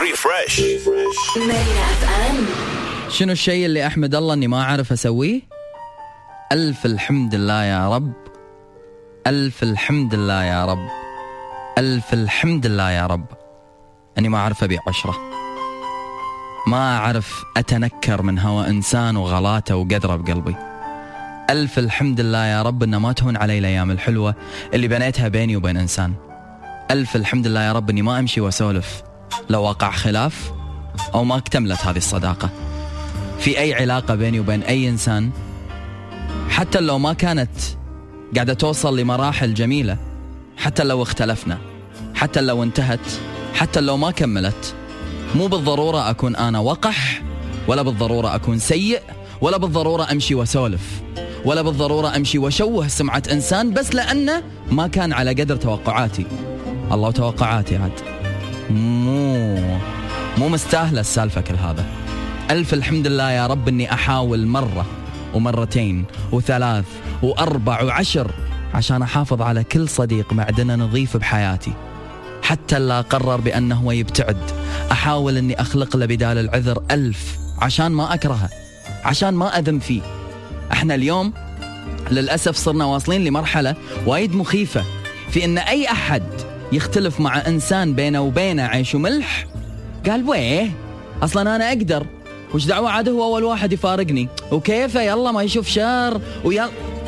Refresh. شنو الشيء اللي أحمد الله أني ما أعرف أسويه؟ ألف الحمد لله يا رب، ألف الحمد لله يا رب، ألف الحمد لله يا رب أني ما أعرف أبيع عشرة، ما أعرف أتنكر من هوى إنسان وغلاته وقدره بقلبي. ألف الحمد لله يا رب أنه ما تهون علي الأيام الحلوة اللي بنيتها بيني وبين إنسان. ألف الحمد لله يا رب أني ما أمشي وأسولف لو وقع خلاف أو ما اكتملت هذه الصداقة في أي علاقة بيني وبين أي إنسان، حتى لو ما كانت قاعدة توصل لمراحل جميلة، حتى لو اختلفنا، حتى لو انتهت، حتى لو ما كملت. مو بالضرورة أكون أنا وقح، ولا بالضرورة أكون سيء، ولا بالضرورة أمشي وسولف، ولا بالضرورة أمشي وشوه سمعة إنسان بس لأنه ما كان على قدر توقعاتي. الله توقعاتي عاد مو مستاهلة السالفة كل هذا. ألف الحمد لله يا رب أني أحاول مرة ومرتين وثلاث وأربع وعشر عشان أحافظ على كل صديق معدنه نظيف بحياتي، حتى لا قرر بأنه هو يبتعد أحاول أني أخلق له بدال العذر ألف عشان ما أكرهه، عشان ما أذم فيه. احنا اليوم للأسف صرنا واصلين لمرحلة وايد مخيفة في أن أي أحد يختلف مع إنسان بينه وبينه عيش وملح قال ويه أصلا أنا أقدر، وش دعوة عاد هو أول واحد يفارقني وكيفه يلا ما يشوف شر ويلا.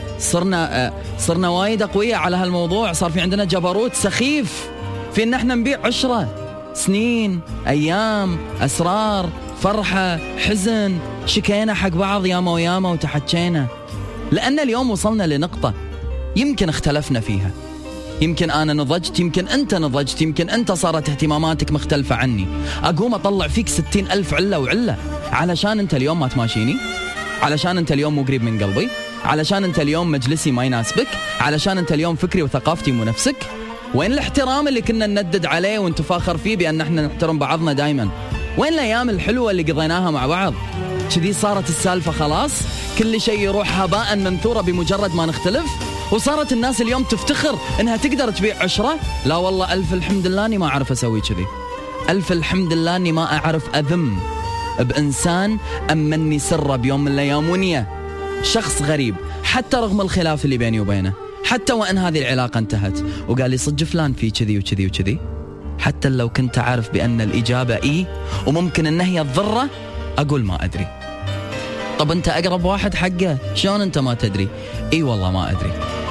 صرنا وايد أقوياء على هالموضوع، صار في عندنا جبروت سخيف في أن احنا نبيع عشرة، سنين، أيام، أسرار، فرحة، حزن، شكينا حق بعض ياما وياما وتحكينا، لأن اليوم وصلنا لنقطة يمكن اختلفنا فيها، يمكن أنا نضجت، يمكن أنت نضجت، يمكن أنت صارت اهتماماتك مختلفة عني. أقوم أطلع فيك 60,000 علة وعلة علشان أنت اليوم ما تماشيني، علشان أنت اليوم مو قريب من قلبي، علشان أنت اليوم مجلسي ما يناسبك، علشان أنت اليوم فكري وثقافتي مو نفسك. وين الاحترام اللي كنا نندد عليه ونتفاخر فيه بأن احنا نحترم بعضنا دايما؟ وين الأيام الحلوة اللي قضيناها مع بعض؟ كذي صارت السالفة خلاص كل شيء يروح هباء منثورة بمجرد ما نختلف، وصارت الناس اليوم تفتخر انها تقدر تبيع عشرة. لا والله ألف الحمد لله اني ما اعرف اسوي كذي، ألف الحمد لله اني ما اعرف اذم بانسان امني سره بيوم من الايام ونية شخص غريب، حتى رغم الخلاف اللي بيني وبينه، حتى وان هذه العلاقة انتهت وقال لي صدق فلان في كذي وكذي وكذي، حتى لو كنت عارف بان الاجابة ايه وممكن انها هي تضره اقول ما ادري. طب انت اقرب واحد حقه، شلون انت ما تدري؟ اي والله ما ادري،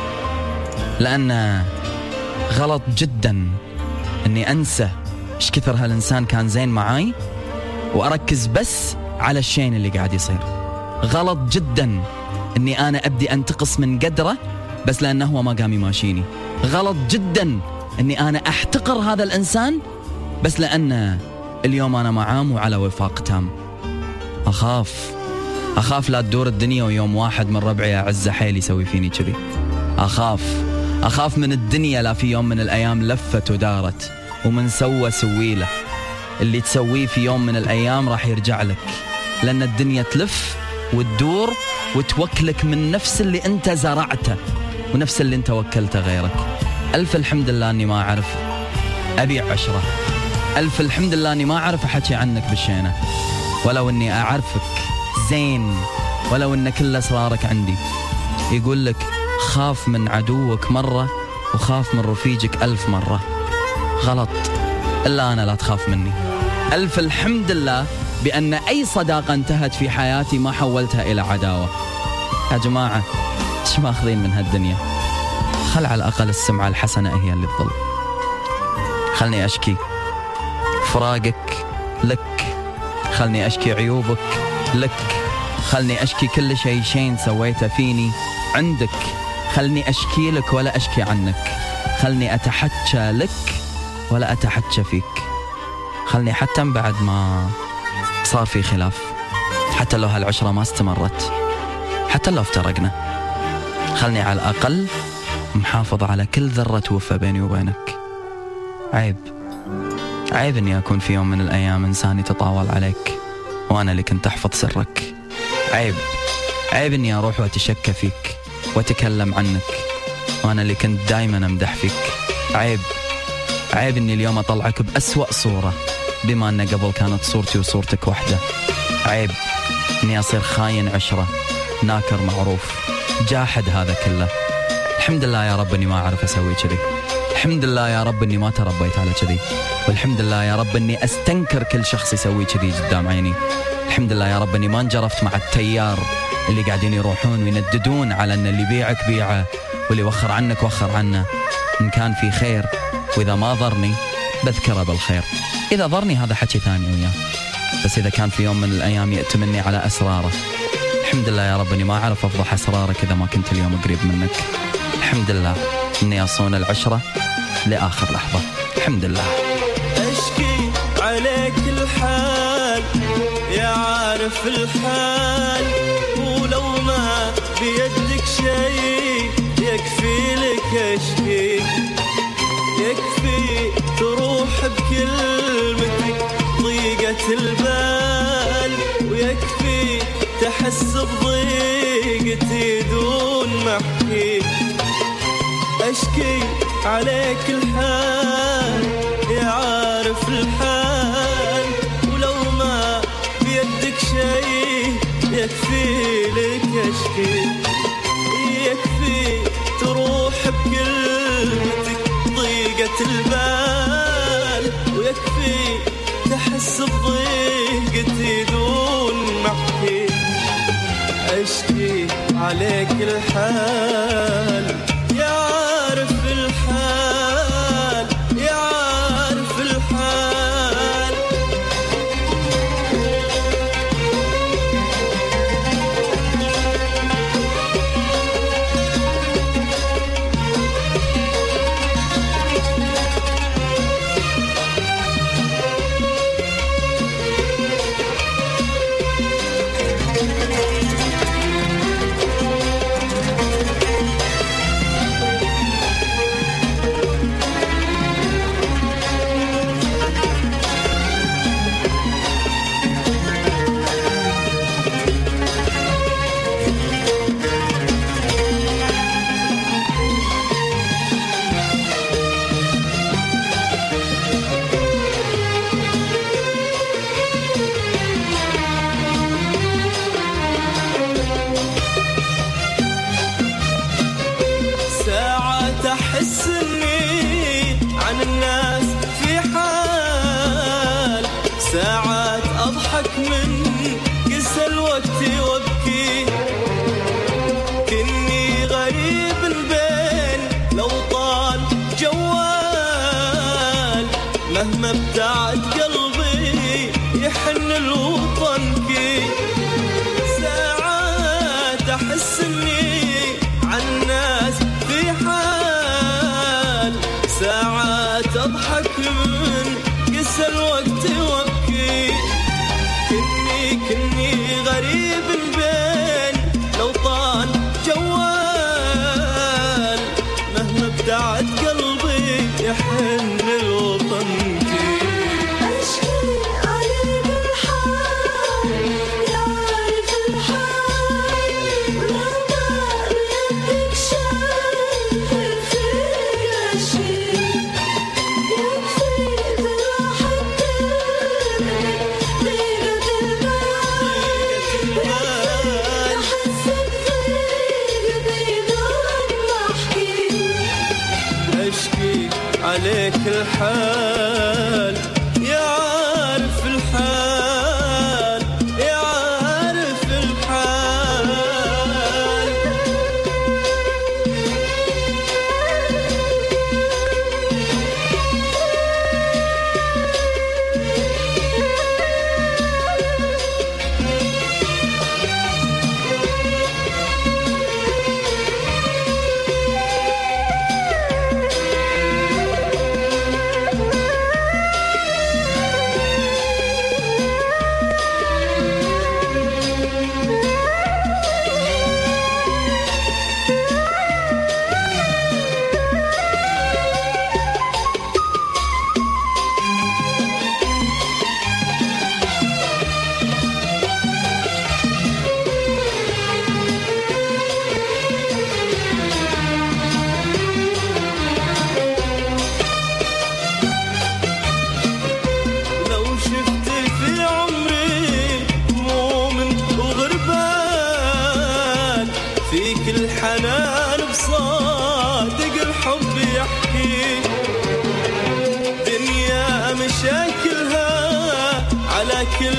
لأن غلط جدا أني أنسى إيش كثر هالإنسان كان زين معاي وأركز بس على الشيء اللي قاعد يصير. غلط جدا أني أنا أبدي أنتقص من قدره بس لأنه هو ما قام يماشيني. غلط جدا أني أنا أحتقر هذا الإنسان بس لأن اليوم أنا معاه وعلى وفاق تام. أخاف لا تدور الدنيا ويوم واحد من ربعي أعز حيل يسوي فيني كذي. أخاف من الدنيا لا في يوم من الأيام لفت ودارت ومن سوى سويله، اللي تسويه في يوم من الأيام راح يرجع لك، لأن الدنيا تلف وتدور وتوكلك من نفس اللي أنت زرعته ونفس اللي أنت وكلته غيرك. ألف الحمد لله أني ما أعرف أبيع عشرة، ألف الحمد لله أني ما أعرف أحكي عنك بالشينة، ولو أني أعرفك زين، ولو أن كل أسرارك عندي. يقول لك خاف من عدوك مرة وخاف من رفيجك 1000 مرة. غلط، إلا أنا لا تخاف مني. ألف الحمد لله بأن أي صداقة انتهت في حياتي ما حولتها إلى عداوة. يا جماعة إيش ماخذين من هالدنيا؟ خل على الأقل السمعة الحسنة هي اللي تظل. خلني أشكي فراقك لك، خلني أشكي عيوبك لك، خلني أشكي كل شيء سويته فيني عندك، خلني أشكي لك ولا أشكي عنك، خلني أتحكى لك ولا أتحكى فيك، خلني حتى بعد ما صار في خلاف، حتى لو هالعشرة ما استمرت، حتى لو افترقنا، خلني على الأقل محافظ على كل ذرة وفى بيني وبينك. عيب أني أكون في يوم من الأيام إنسان يتطاول عليك وأنا اللي كنت أحفظ سرك. عيب أني أروح وأتشكى فيك وأتكلم عنك وأنا اللي كنت دايما أمدح فيك. عيب أني اليوم أطلعك بأسوأ صورة بما أن قبل كانت صورتي وصورتك واحدة. عيب أني أصير خاين عشرة، ناكر معروف، جاحد هذا كله. الحمد لله يا رب أني ما أعرف أسوي كذي. الحمد لله يا رب أني ما تربيت على كذي. والحمد لله يا رب أني أستنكر كل شخص يسوي كذي قدام عيني. الحمد لله يا رب أني ما انجرفت مع التيار اللي قاعدين يروحون وينددون على أن اللي يبيعك بيعه واللي يوخر عنك وخر عنه. إن كان في خير، وإذا ما ضرني بذكره بالخير. إذا ضرني هذا حكي ثاني وياه، بس إذا كان في يوم من الأيام يأتمني على أسراره، الحمد لله يا رب أني ما أعرف أفضح أسرارك إذا ما كنت اليوم قريب منك. الحمد لله أني أصون العشرة لآخر لحظة. الحمد لله. أشكي عليك الحال يا عارف الحال، ولو ما بيدك شيء يكفي لك أشكي. يكفي تروح بكلمتك ضيقة البال، ويكفي تحس بضيقتي دون ما أحكي. أشكي عليك الحال يا عارف الحال، ولو ما بيدك شيء يكفي لك أشكي. يكفي تروح بكلمتك ضيقة البال، ويكفي تحس بضيقتي دون ما أحكي. أشكي عليك الحال يا عارف الحال، يا عارف الحال. أحس إني عن الناس في حال، ساعات أضحك من قسى الوقت وابكي. كني غريب بين لو طال جوال، مهما ابتعد قلبي يحن الوطنكي. ساعات أحس إني عن الناس في حال، ساعات أضحك من قسى الوقت وابكي. كني غريب بين لو طال جوال، مهما ابتعد قلبي يحن الوطنكي. عليك الحال يا عارف الحال، يا عارف الحال. مشاكلها على كل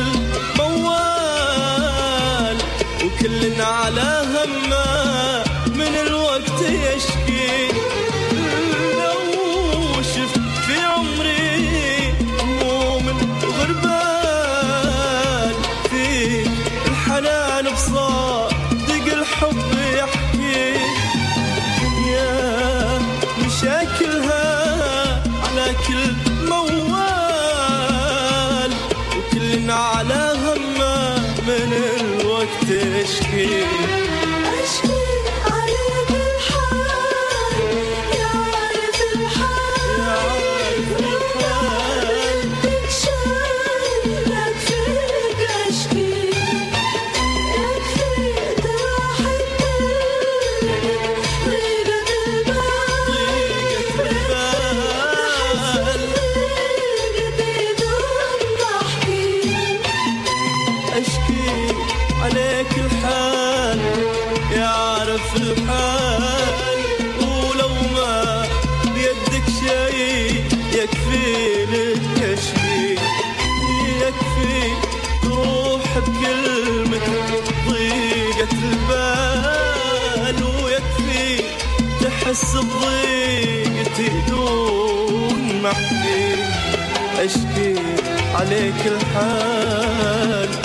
موال، وكلنا على همه من الوقت يشكي. لو شفت في عمري هموم غربان، في الحنان بصادق الحب يحكي. يا مشاكلها على كل موال، وكلنا على همه من الوقت يشكي. عليك الحال يعرف الحال، ولو ما بيدك شيء يكفي لك اشكي. يكفي تروح بكلمة ضيقة البال، ويكفي تحس بضيقتي دون ما احكي. اشكي عليك الحال